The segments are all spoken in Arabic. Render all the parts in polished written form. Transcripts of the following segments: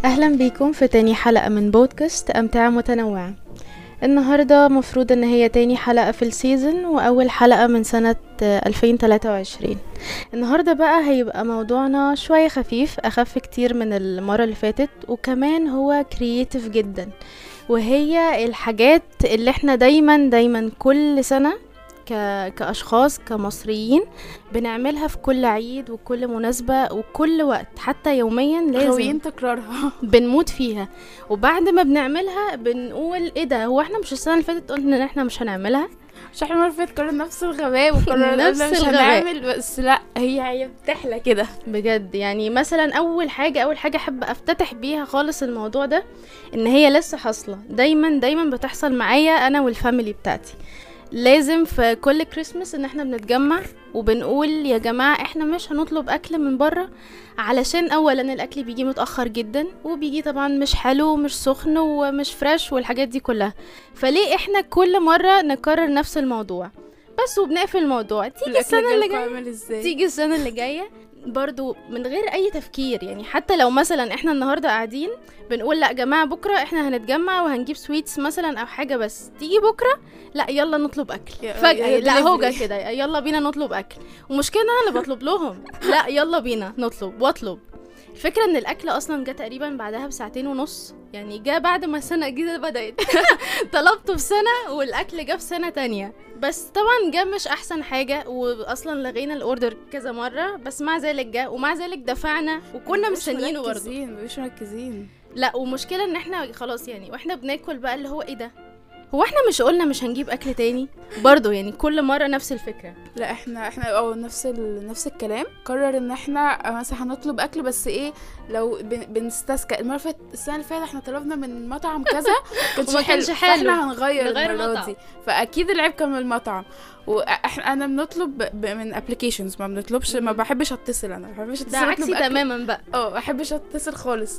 اهلا بيكم في تاني حلقة من بودكاست امتعة متنوعة. النهاردة مفروض ان هي تاني حلقة في السيزن واول حلقة من سنة 2023. النهاردة بقى هيبقى موضوعنا شوية خفيف، اخف كتير من المرة اللي فاتت، وكمان هو كرييتيف جدا، وهي الحاجات اللي احنا دايما كل سنة كأشخاص كمصريين بنعملها في كل عيد وكل مناسبة وكل وقت، حتى يوميا لازم تكرارها بنموت فيها. وبعد ما بنعملها بنقول ايه ده، هو احنا مش السنة اللي فاتت قلنا ان احنا مش هنعملها؟ مش احنا مرة فاتت قررنا نفس الغباء وقررنا نفس مش الغباء. هنعمل، بس لا هي بتحلى كده بجد. يعني مثلا اول حاجة احب افتتح بيها خالص الموضوع ده، ان هي لسه حاصلة دايما بتحصل معايا انا والفاميلي بتاعتي. لازم في كل كريسماس ان احنا بنتجمع وبنقول يا جماعة احنا مش هنطلب اكل من بره، علشان اولا الاكل بيجي متأخر جدا، وبيجي طبعا مش حلو ومش سخن ومش فريش والحاجات دي كلها. فليه احنا كل مرة نكرر نفس الموضوع بس وبنقفل الموضوع؟ تيجي السنة اللي جاية، تيجي السنة اللي جاية برضو من غير اي تفكير. يعني حتى لو مثلا احنا النهاردة قاعدين بنقول لا جماعة بكرة احنا هنتجمع وهنجيب سويتس مثلا او حاجة، بس تيجي بكرة لا يلا نطلب اكل فجأة، لا هوجة كده يلا بينا نطلب اكل. ومشكلة انا اللي بطلب لهم لا يلا بينا نطلب واطلب. الفكرة ان الاكل اصلا جه تقريبا بعدها بساعتين ونص، يعني جه بعد ما السنة الجديدة بدأت طلبته في سنة والاكل جه في سنة تانية، بس طبعا جه مش احسن حاجة، واصلا لغينا الاوردر كذا مرة، بس مع ذلك جه ومع ذلك دفعنا وكنا مستنيينه برضه. مش مركزين. لا ومشكلة ان احنا خلاص يعني واحنا بناكل بقى اللي هو ايه ده، هو احنا مش قلنا مش هنجيب اكل تاني برضو؟ يعني كل مرة نفس الفكرة. لا احنا نفس الكلام. قرر ان احنا مثلا هنطلب اكل، بس ايه لو بنستسكى. المره اللي السنه اللي فاتت احنا طلبنا من مطعم كذا وما كانش حلو، احنا هنغير المره دي، فاكيد العيب كان من المطعم. انا بنطلب من ابلكيشنز، ما بنطلبش، ما بحبش اتصل. انا ما بحبش اتصل، ده عكسي تماما بقى. ما بحبش اتصل خالص.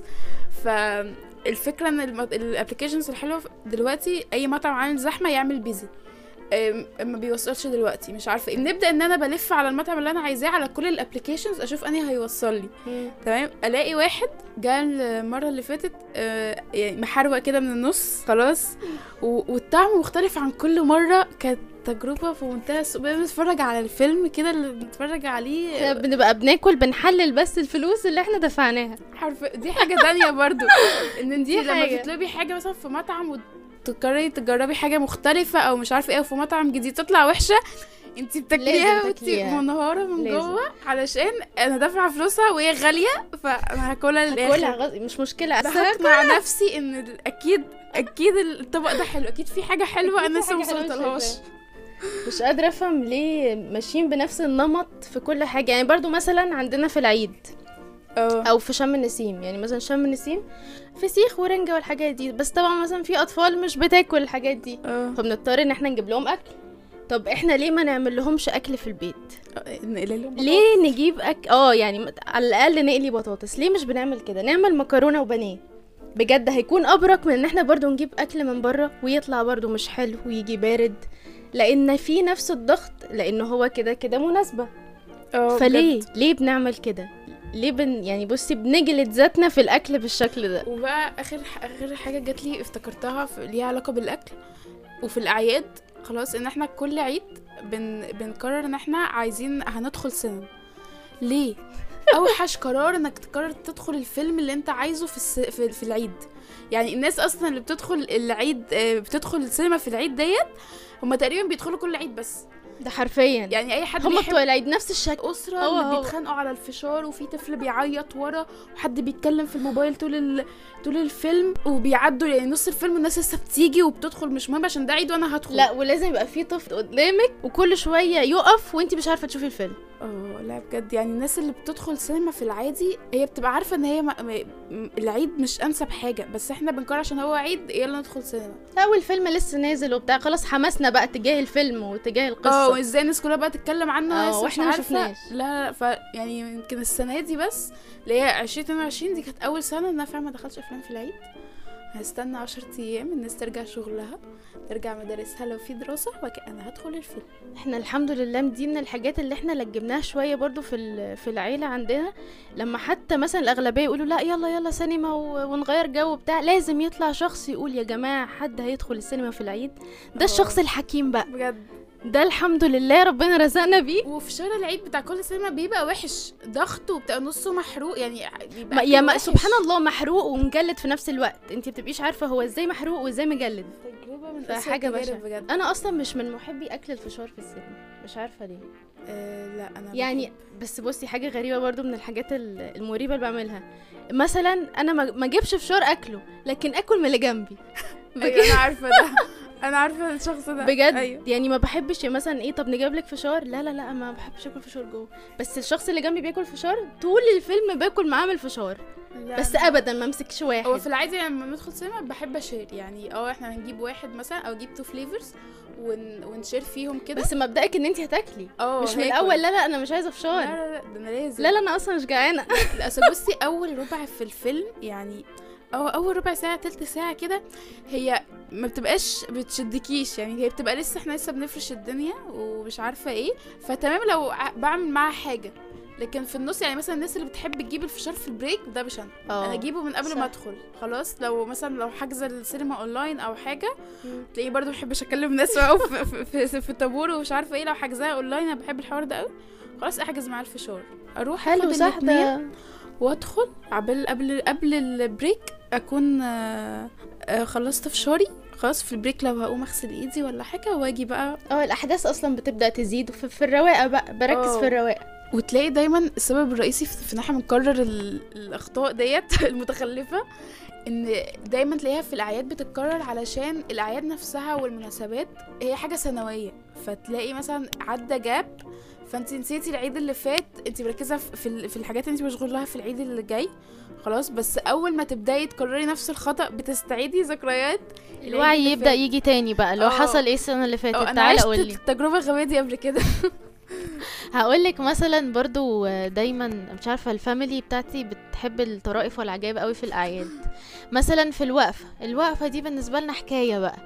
فالفكره ان الابلكيشنز الحلوه دلوقتي اي مطعم عامل زحمه يعمل بيزي، ما بيوصلش دلوقتي، مش عارفه ايه. بنبدا ان انا بلف على المطعم اللي انا عايزاه على كل الابلكيشنز اشوف انهي هيوصل لي. تمام، الاقي واحد جه المره اللي فاتت يعني محروق كده من النص خلاص، والطعم مختلف عن كل مره. كانت تجربه في منتهى السوء. بنتفرج على الفيلم كده اللي بنتفرج عليه، بنبقى بناكل بنحلل بس الفلوس اللي احنا دفعناها. دي حاجه تانية برضو ان انتي لما تطلبي حاجه مثلا في مطعم تقرري تجربي حاجه مختلفه او مش عارفه ايه، وفي مطعم جديد تطلع وحشه، انتي بتاكليها وانتي منهاره من جوه، علشان انا دافعه فلوسها وهي غاليه، فانا هاكلها للاخر. مش مشكله، بحط مع نفسي ان اكيد الطبق ده حلو، اكيد في حاجه حلوه انا لسه موصلتلهاش. مش قادره افهم ليه ماشيين بنفس النمط في كل حاجه. يعني برضو مثلا عندنا في العيد او في شم النسيم، يعني مثلا شم النسيم فسيخ ورنجة والحاجات دي، بس طبعا مثلا في اطفال مش بتاكل الحاجات دي، فبنضطر ان احنا نجيب لهم اكل. طب احنا ليه ما نعمل لهمش اكل في البيت؟ ليه نجيب يعني على الاقل نقلي بطاطس؟ ليه مش بنعمل كده؟ نعمل مكرونه وبانيه، بجد هيكون ابرك من ان احنا برضو نجيب اكل من بره ويطلع برضو مش حلو ويجي بارد، لان في نفس الضغط، لانه هو كده مناسبه. ليه بنعمل كده؟ ليه يعني بصي بنجلد ذاتنا في الاكل بالشكل ده؟ وبقى اخر حاجه جات لي افتكرتها ليها علاقه بالاكل وفي الاعياد. خلاص ان احنا كل عيد بنقرر ان احنا عايزين هندخل سينما. ليه؟ اوحش قرار انك تقرر تدخل الفيلم اللي انت عايزه في العيد. يعني الناس اصلا اللي بتدخل العيد بتدخل السينما في العيد ديت، هما تقريبا بيدخلوا كل عيد، بس ده حرفيا يعني اي حد هم بتوع العيد نفس الشكل، اسره اللي بيتخانقوا على الفشار، وفي طفل بيعيط ورا، وحد بيتكلم في الموبايل طول الفيلم، وبيعدوا يعني نص الفيلم والناس لسه بتيجي وبتدخل، مش مهم عشان ده عيد وانا هدخل. لا ولازم يبقى في طفل قدامك وكل شويه يقف وانتي مش عارفه تشوفي الفيلم. لا بجد، يعني الناس اللي بتدخل سينما في العادي هي بتبقى عارفه ان هي العيد مش انسب حاجه، بس احنا بنقرر عشان هو عيد يلا ندخل سينما. لا والفيلم لسه نازل وبتاع، خلاص حماسنا بقى تجاه الفيلم وتجاه القصه، وازاي الناس كلها بقى تتكلم عنه واحنا ما شفناش. لا يعني يمكن السنه دي بس اللي هي 2022 دي كانت اول سنه ان انا فعلا ما دخلتش افلام في العيد. هستنى 10 ايام الناس ترجع شغلها، ترجع مدارسها لو في دراسة، انا هدخل الفيلم. احنا الحمد لله دي من الحاجات اللي احنا لجبناها شويه برضو في العيله عندنا. لما حتى مثلا الاغلبيه يقولوا لا يلا يلا سينما ونغير جو بتاع، لازم يطلع شخص يقول يا جماعه حد هيدخل السينما في العيد، ده الشخص الحكيم بقى بجد، ده الحمد لله ربنا رزقنا بيه. وفي شهر العيد بتاع كل سينما بيبقى وحش، ضغطه بتبقى نصه محروق، يعني بيبقى سبحان الله محروق ومجلد في نفس الوقت، انت بتبقيش عارفه هو ازاي محروق وازاي مجلد. تجربه من حاجه بشعه. انا اصلا مش من محبي اكل الفشار في السينما، مش عارفه ليه. لا انا يعني بس بصي حاجه غريبه برضو من الحاجات المريبه اللي بعملها، مثلا انا ما اجيبش فشار اكله، لكن اكل من اللي جنبي. أيوة انا عارفه ده، انا عارفه الشخص ده بجد. أيوة. يعني ما بحبش مثلا ايه طب نجيب لك فشار، لا لا لا ما بحبش اكل فشار جوه، بس الشخص اللي جنبي بياكل فشار طول الفيلم باكل معاه من الفشار، بس ابدا ما امسكش واحد. هو في العادي لما ندخل سينما بحب اشير، يعني احنا هنجيب واحد مثلا او اجيب 2 فليفرز ونشير فيهم كده، بس مبدأك ان انت هتاكلي مش من الاول لا لا انا مش عايزه فشار، لا لا لا ده انا لازم، لا لا انا اصلا مش جعانه. لا اصل بصي اول ربع في الفيلم يعني اول ربع ساعه تلت ساعه كده هي ما بتبقاش بتشدكيش، يعني هي بتبقى احنا لسه بنفرش الدنيا ومش عارفه ايه، فتمام لو بعمل معاها حاجه، لكن في النص يعني مثلا الناس اللي بتحب تجيب الفشار في البريك ده مش انا اجيبه من قبل ما ادخل خلاص. لو مثلا لو حاجزه السينما اونلاين او حاجه تلاقيه برضو بحبش اكلم ناس في الطابور ومش عارفه ايه، لو حاجزاها اونلاين انا بحب الحوار ده قوي، خلاص احجز معاه الفشار اروح حلو صح ده، وادخل قبل البريك اكون خلصت فشاري خلاص، في البريك لو هقوم اغسل ايدي ولا حاجه واجي بقى الاحداث اصلا بتبدا تزيد في الرواقه بقى بركز في الرواقه. وتلاقي دايما السبب الرئيسي في ان احنا بنكرر الاخطاء ديت المتخلفه، ان دايما تلاقيها في الاعياد بتتكرر علشان الاعياد نفسها والمناسبات هي حاجه سنويه، فتلاقي مثلا عدى جاب فانت نسيتي العيد اللي فات، انت مركزه في الحاجات اللي انت مشغول لها في العيد اللي جاي خلاص، بس اول ما تبداي تكرري نفس الخطا بتستعيدي ذكريات الوعي يبدا يجي تاني بقى لو حصل ايه السنه اللي فاتت. تعالى قولي التجربه الغبيه دي قبل كده. هقولك مثلا برضو دايما مش عارفه الفاميلي بتاعتي بتحب الطرائف والعجائب قوي في الاعياد. مثلا في الوقفه دي بالنسبه لنا حكايه بقى.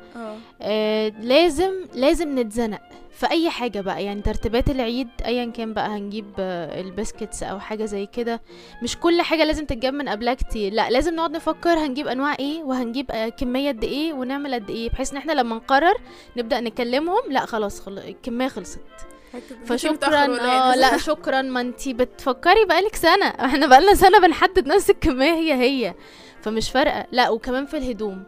لازم نتزنق في اي حاجه بقى، يعني ترتيبات العيد ايا كان بقى، هنجيب البسكتس او حاجه زي كده، مش كل حاجه لازم تتجاب من قبلها كتير، لا لازم نقعد نفكر هنجيب انواع ايه وهنجيب كميه قد ايه ونعمل قد ايه، بحيث ان احنا لما نقرر نبدا نكلمهم لا خلاص الكميه خلصت فشكرا. لا شكرا، ما انتي بتفكري بقالك سنه، احنا بقالنا سنه بنحدد نفس الكميه هي فمش فارقه. لا وكمان في الهدوم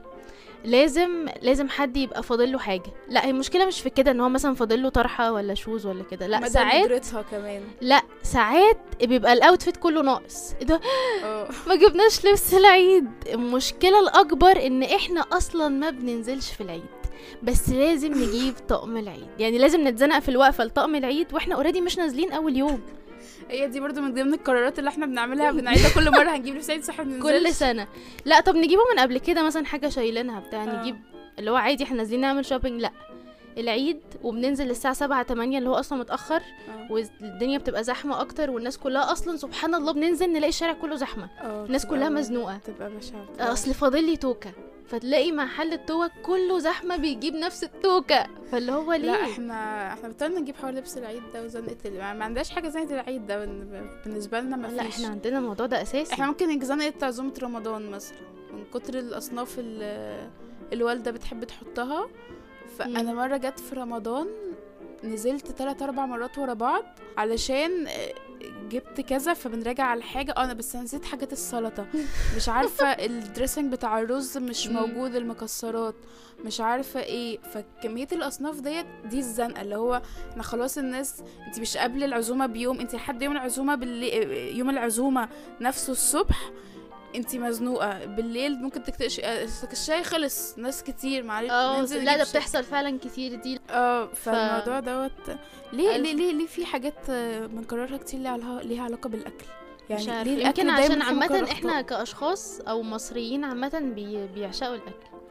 لازم حد يبقى فاضل له حاجه، لا هي المشكله مش في كده ان هو مثلا فاضل له طرحه ولا شوز ولا كده، لا ساعات كمان لا ساعات بيبقى الاوتفيت كله ناقص، ايه ده ما جبناش لبس العيد. المشكله الاكبر ان احنا اصلا ما بننزلش في العيد، بس لازم نجيب طقم العيد، يعني لازم نتزنق في الوقفه لطقم العيد واحنا اوريدي مش نازلين اول يوم. هي دي برضو من ضمن القرارات اللي احنا بنعملها بنعيدها كل مره، هنجيب لبس عيد صح كل سنه، لا طب نجيبه من قبل كده مثلا حاجه شايلينها بتاع نجيب اللي هو عادي احنا نازلين نعمل شوبينج، لا العيد وبننزل الساعه 7 8 اللي هو اصلا متاخر والدنيا بتبقى زحمه اكتر، والناس كلها اصلا سبحان الله بننزل نلاقي الشارع كله زحمه، الناس كلها مزنوقه، تبقى بشعه اصل فاضل لي توكه، فتلاقي محل التوك كله زحمه بيجيب نفس التوكه، فاللي هو ليه؟ لا احنا بطلنا نجيب حوار لبس العيد ده وزنقه ما عندناش حاجه زنقه العيد ده بالنسبه لنا، ما فيش. لا احنا عندنا الموضوع ده اساسي، احنا ممكن نجي زنقه عزومه رمضان مثلا من كتر الاصناف الوالده بتحب تحطها. فانا مره جت في رمضان نزلت 3-4 مرات ورا بعض علشان جبت كذا، فبنراجع على حاجه انا بس نسيت حاجات السلطه، مش عارفه الدريسنج بتاع الرز مش موجود، المكسرات مش عارفه ايه، فكميه الاصناف دي الزنقه اللي هو احنا خلاص الناس انت مش قبل العزومه بيوم، انت لحد يوم العزومه يوم العزومه نفسه الصبح انتي مزنوقه، بالليل ممكن الشاي خلص، ناس كتير معلش لا ده بتحصل فعلا كتير دي. فالموضوع دوت ليه في حاجات بنكررها كتير ليها علاقه بالاكل، يعني ليه يمكن عشان عامه احنا كاشخاص او مصريين عامه بيعشقوا الاكل،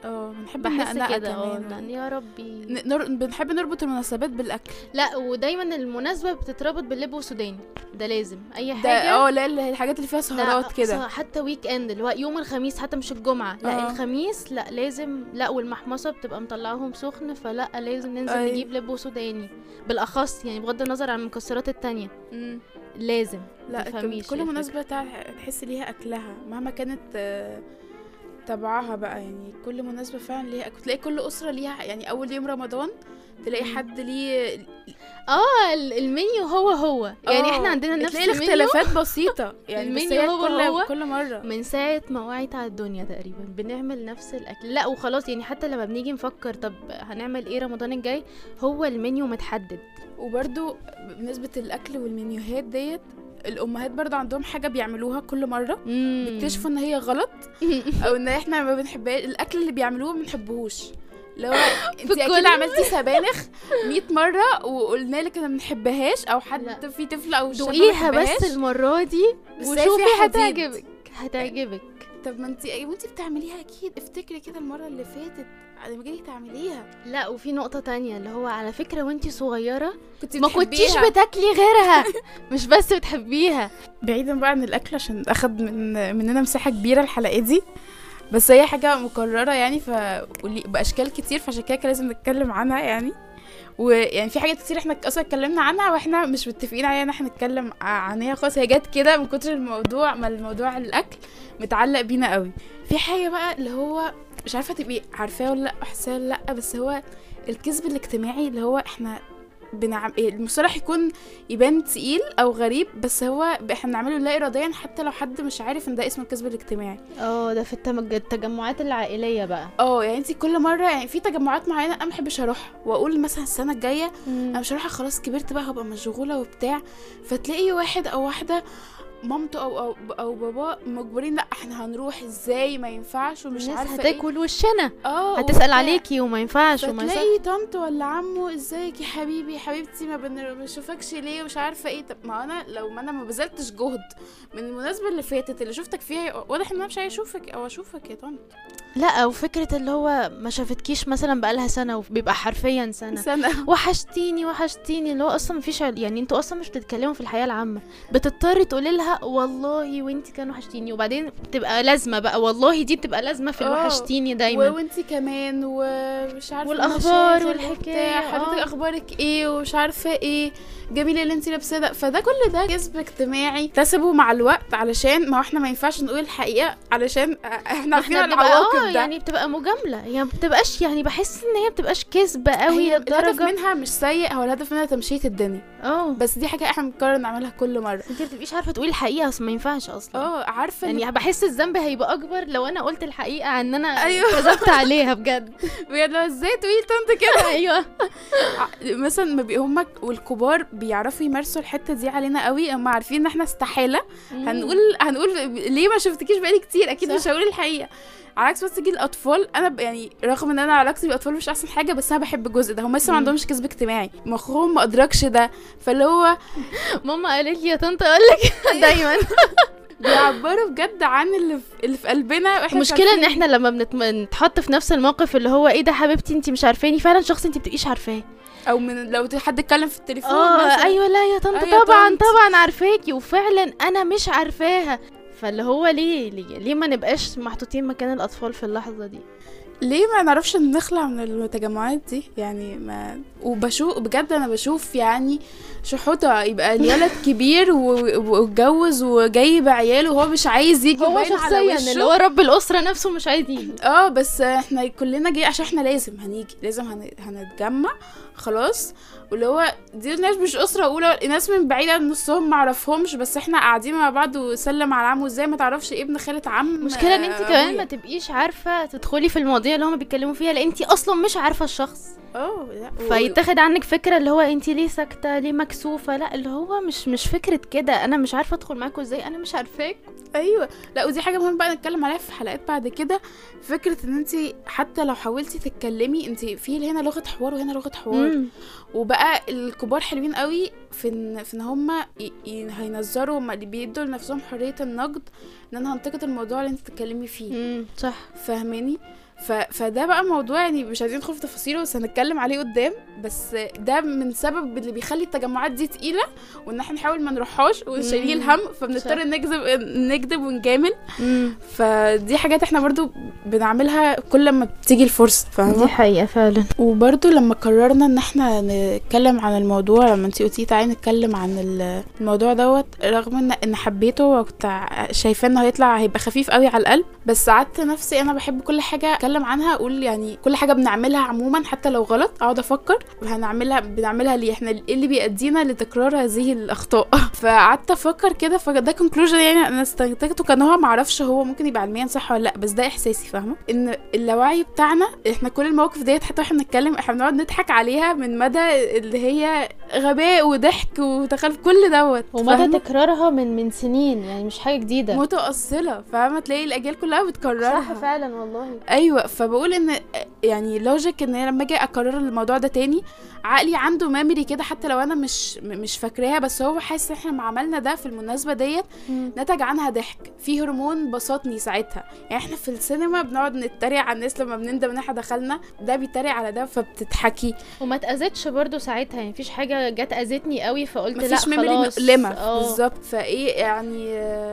بنحب بحس النقنقة كده كمان يا ربي. بنحب نربط المناسبات بالاكل. لا ودايما المناسبة بتتربط باللب وسوداني، ده لازم اي حاجة. ده لا الحاجات اللي فيها سهرات كده، حتى ويك اند اللي هو يوم الخميس، حتى مش الجمعة، لا الخميس لا لازم، لا والمحمصة بتبقى مطلعهم سخن، فلا لازم ننزل نجيب لب وسوداني بالاخص، يعني بغض النظر عن المكسرات التانية. لازم. لا كل مناسبة تحس ليها اكلها مهما كانت تبعها بقى، يعني كل مناسبة فعلا ليها تلاقي كل أسرة ليها، يعني أول يوم رمضان تلاقي حد ليه المنيو هو يعني احنا عندنا نفس المنيو، تلاقي الاختلافات بسيطة يعني المنيو هو كل مرة من ساعة ما وعيت على الدنيا تقريبا بنعمل نفس الأكل. لا وخلاص يعني حتى لما بنيجي نفكر طب هنعمل ايه رمضان الجاي، هو المنيو متحدد. وبرضو بالنسبة الأكل والمنيوهات ديت، الامهات برضه عندهم حاجه بيعملوها كل مره بيكتشفوا ان هي غلط او ان احنا ما بنحبهاش، الاكل اللي بيعملوه ما بنحبهوش. لو انت اكيد عملتي سبانخ 100 مره وقلنا لك انا ما بنحبهاش، او حد في طفل او شاب دوقيها بس المره دي وشوفي هتعجبك. طب ما انت وانت بتعمليها اكيد افتكري كده المره اللي فاتت لما جيتي تعمليها. لا وفي نقطه تانية اللي هو على فكره وانت صغيره ما كنتيش بتاكلي غيرها مش بس بتحبيها. بعيدا بقى عن الاكل عشان اخد مننا مساحه كبيره الحلقه دي، بس هي حاجه مكرره يعني باشكال كتير، فعشان كده لازم نتكلم عنها يعني. ويعني في حاجات كتير احنا اصلا اتكلمنا عنها واحنا مش متفقين عليها ان احنا نتكلم عنها خالص، هي جت كده من كتر الموضوع الاكل متعلق بينا قوي. في حاجه بقى اللي هو مش عارفه تبقي عارفاه ولا لا، حاساه ولا لا، بس هو الكذب الاجتماعي اللي هو احنا المصطلح يبان تقيل او غريب، بس هو احنا بنعمله لا اراديا حتى لو حد مش عارف ان ده اسمه الكذب الاجتماعي. ده في التجمعات العائليه بقى. يعني انت كل مره يعني في تجمعات معينه انا ما بحبش اروحها، واقول مثلا السنه الجايه انا مش هروحها خلاص كبرت بقى هبقى مشغوله وبتاع، فتلاقي واحد او واحده مامته او بابا مجبرين لا احنا هنروح ازاي ما ينفعش ومش عارفه هتاكل وشنا هتسال عليكي وما ينفعش تلاقي طنط ولا عمو ازيك يا حبيبي حبيبتي ما بنشوفكش ليه ومش عارفه ايه. طب ما انا لو ما بذلتش جهد من المناسبه اللي فاتت اللي شفتك فيها واضح ان انا مش عايزه اشوفك او اشوفك يا طنط. لا وفكره اللي هو ما شافتكيش مثلا بقالها سنه وبيبقى حرفيا سنه وحشتيني اللي هو اصلا مفيش يعني انتوا اصلا مش بتتكلموا في الحياه العامه، بتضطري تقولي لها والله وانتي كانوا وحشتيني، وبعدين بتبقى لازمه بقى والله دي بتبقى لازمه في الوحشتيني دايما وانتي كمان ومش عارفه والاخبار والحكايه حضرتك اخبارك ايه ومش عارفه ايه جميل اللي انتي لابساه ده. فده كل ده كذب اجتماعي اكتسبه مع الوقت، علشان ما احنا ما ينفعش نقول الحقيقه علشان احنا عارفين العواقب ده يعني بتبقى مجامله، يعني بتبقاش يعني بحس ان هي بتبقاش كذب قوي لدرجه الهدف منها مش سيء، هو الهدف منها تمشيه الدنيا. بس دي حاجه احنا بنقرر نعملها كل مره، انت بتبقيش عارفه تقولي الحقيقه اصلا ما ينفعش اصلا. عارفه يعني بحس الذنب هيبقى اكبر لو انا قلت الحقيقه عن ان انا كذبت عليها بجد لو ازاي تقولي طنط كده ايوه مثلا ما هم والكبار بيعرفوا يمارسوا الحته دي علينا قوي، هم عارفين ان احنا استحاله هنقول ليه ما شفتكيش بقالي كتير، اكيد مش هقول الحقيقه. على عكس بس تيجي الاطفال، انا يعني رغم ان انا علاقتي بالاطفال مش احسن حاجه، بس انا بحب الجزء ده، هم لسه ما عندهمش كذب اجتماعي، مخهم ما ادركش ده، فاللي هو ماما قالت لي يا طنط اقول لك دايما بيعبروا بجد عن اللي في قلبنا. المشكله ان احنا لما بنتحط في نفس الموقف اللي هو ايه ده حبيبتي انت مش عارفاني، فعلا شخص انت بتبقيش عارفاه، او لو حد اتكلم في التليفون ايوه لا يا طنط طبعا عارفاكي وفعلا انا مش عارفاها. فاللي هو ليه ما نبقاش محطوطين مكان الاطفال في اللحظه دي؟ ليه ما نعرفش نخلع من التجمعات دي يعني؟ ما وبشوف بجد انا بشوف يعني شحوطه يبقى الولد كبير واتجوز وجاي بعياله وهو مش عايز يجي، هو شخصيا اللي هو رب الاسره نفسه مش عايز يجي. بس احنا كلنا جاي عشان احنا لازم هنيجي، لازم هنتجمع خلاص، واللي هو دي الناس مش اسره اولى، ناس من بعيده نصهم ما اعرفهمش، بس احنا قاعدين مع بعض وسلم على عمه ازاي ما تعرفش ابن خالة عم. مشكله ان انت كمان ما تبقيش عارفه تدخلي في المواضيع اللي هم بيتكلموا فيها، لان انت اصلا مش عارفه الشخص. لا فيتاخد عنك فكره اللي هو انت ليه ساكته ليه مكسوفه، لا اللي هو مش فكره كده، انا مش عارفه ادخل معاكم ازاي، انا مش عارفاك. ايوه لا ودي حاجه مهمه بقى نتكلم عليها في حلقات بعد كده، فكره ان انت حتى لو حاولتي تتكلمي انت في هنا لغه حوار وهنا لغه حوار. وبقى الكبار حلوين قوي في ان هم هينظروا، هم اللي بيدوا لنفسهم حريه النقد، ان انا هنتقد الموضوع اللي انت تتكلمي فيه. صح فاهماني؟ فده بقى موضوع يعني مش عايزين ندخل في تفاصيله، بس هنتكلم عليه قدام. بس ده من سبب اللي بيخلي التجمعات دي تقيله، وان احنا نحاول ما نروحهاش ونشيل الهم، فبنضطر نكذب ونجامل. فدي حاجات احنا برضو بنعملها كل لما بتيجي الفرصه، فاهمه؟ دي حقيقه فعلا. وبرضو لما قررنا ان احنا نتكلم عن الموضوع، لما انتي قلتي تعالي نتكلم عن الموضوع دوت، رغم ان حبيته وكنت شايفاه انه هيبقى خفيف قوي على القلب، بس قعدت نفسي انا بحب كل حاجه اتكلم عنها، اقول يعني كل حاجه بنعملها عموما حتى لو غلط اقعد افكر بنعملها ليه، احنا ايه اللي بيؤدينا لتكرار هذه الاخطاء. فقعدت افكر كده، فده كونكلوجن يعني انا استنتجته، كان هو معرفش هو ممكن يبقى علميا صح ولا لا، بس ده احساسي، فاهمه؟ ان اللاوعي بتاعنا احنا كل المواقف ديت حتى واحنا بنتكلم احنا بنقعد نضحك عليها من مدى اللي هي غباء وضحك وتخلف كل دوت، ومدى تكرارها من سنين، يعني مش حاجه جديده متأصلة، فاهمه؟ تلاقي الاجيال كلها بتكررها. صح فعلا والله. ايوه، فبقول ان يعني لوجيك ان لما اجي اكرر الموضوع ده تاني، عقلي عنده ميموري كده حتى لو انا مش فاكراها، بس هو حاسس احنا لما عملنا ده في المناسبه ديت نتج عنها ضحك، في هرمون بسطني ساعتها. يعني احنا في السينما بنقعد نتريق على الناس لما بنندم ان احنا دخلنا، ده بيتريق على ده فبتضحكي، وما اتاذتش برضو ساعتها، يعني مفيش حاجه جت اذتني قوي فقلت لا خلاص، مفيش ميموري مؤلمه بالظبط. فايه يعني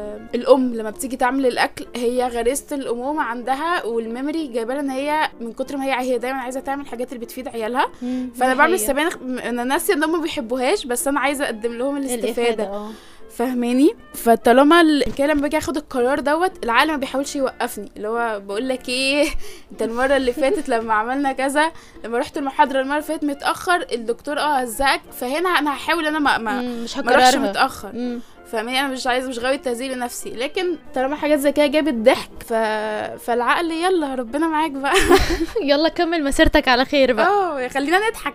الام لما بتيجي تعمل الاكل، هي غريزه الامومه عندها، والميموري جايبه ان هي من كتر ما هي دايما عايزه تعمل حاجات اللي بتفيد عيالها. فانا بعمل سبانخ انا ناسيه ان هم ما بيحبوهاش، بس انا عايزه اقدم لهم الاستفاده، فاهماني؟ فطالما كده لما باجي اخد القرار دوت، العقل ما بيحاولش يوقفني، اللي هو بقول لك ايه، انت المره اللي فاتت لما عملنا كذا، لما رحت المحاضره المره اللي فاتت متاخر، الدكتور هزقك، فهنا انا هحاول انا ما اروحش متاخر، فاهماني؟ انا مش غاوي التهزيق لنفسي، لكن طالما حاجات زي كده جابت ضحك فالعقل يلا ربنا معاك بقى يلا كمل مسيرتك على خير بقى، خلينا نضحك.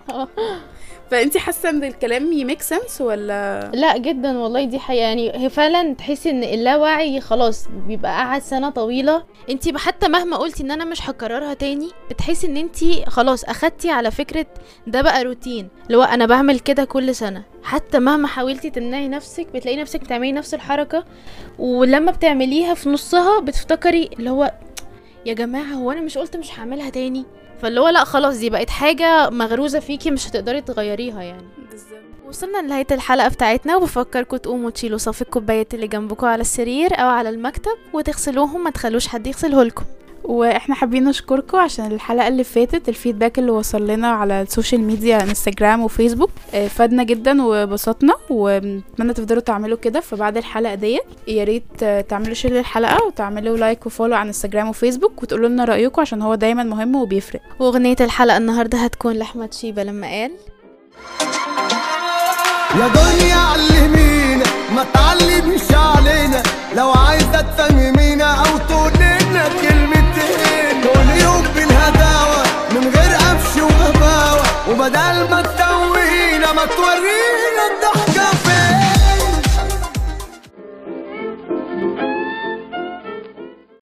فانتي حاسه ان الكلام يميك سنس ولا لا؟ جدا والله، دي حقيقة. يعني هي فعلا تحسي ان اللاوعي خلاص بيبقى قاعد سنه طويله، انتي حتى مهما قلتي ان انا مش هكررها تاني، بتحسي ان انتي خلاص اخدتي على فكره ده بقى روتين، اللي هو انا بعمل كده كل سنه، حتى مهما حاولتي تمنعي نفسك بتلاقي نفسك بتعملي نفس الحركه، ولما بتعمليها في نصها بتفتكري اللي هو يا جماعه هو انا مش قلت مش هعملها تاني، فاللي هو لا خلاص دي بقت حاجه مغروزه فيكي مش هتقدري تغيريها يعني. بالظبط. وصلنا لنهايه الحلقه بتاعتنا، وبفكركم تقوموا تشيلوا صف الكوبايات اللي جنبكم على السرير او على المكتب وتغسلوهم، ما تخلوش حد يغسله لكم. واحنا حابين نشكركم عشان الحلقه اللي فاتت الفيدباك اللي وصل لنا على السوشيال ميديا، انستجرام وفيسبوك، فادنا جدا وبسطنا، ونتمنى تفضلوا تعملوا كده. فبعد الحلقه ديت يا ريت تعملوا شير للحلقه، وتعملوا لايك وفولو على انستجرام وفيسبوك، وتقولوا لنا رايكم عشان هو دايما مهم وبيفرق. واغنيه الحلقه النهارده هتكون لاحمد شيبه لما قال يا دنيا علمينا ما تعلمش علينا، لو عايزه تفهمي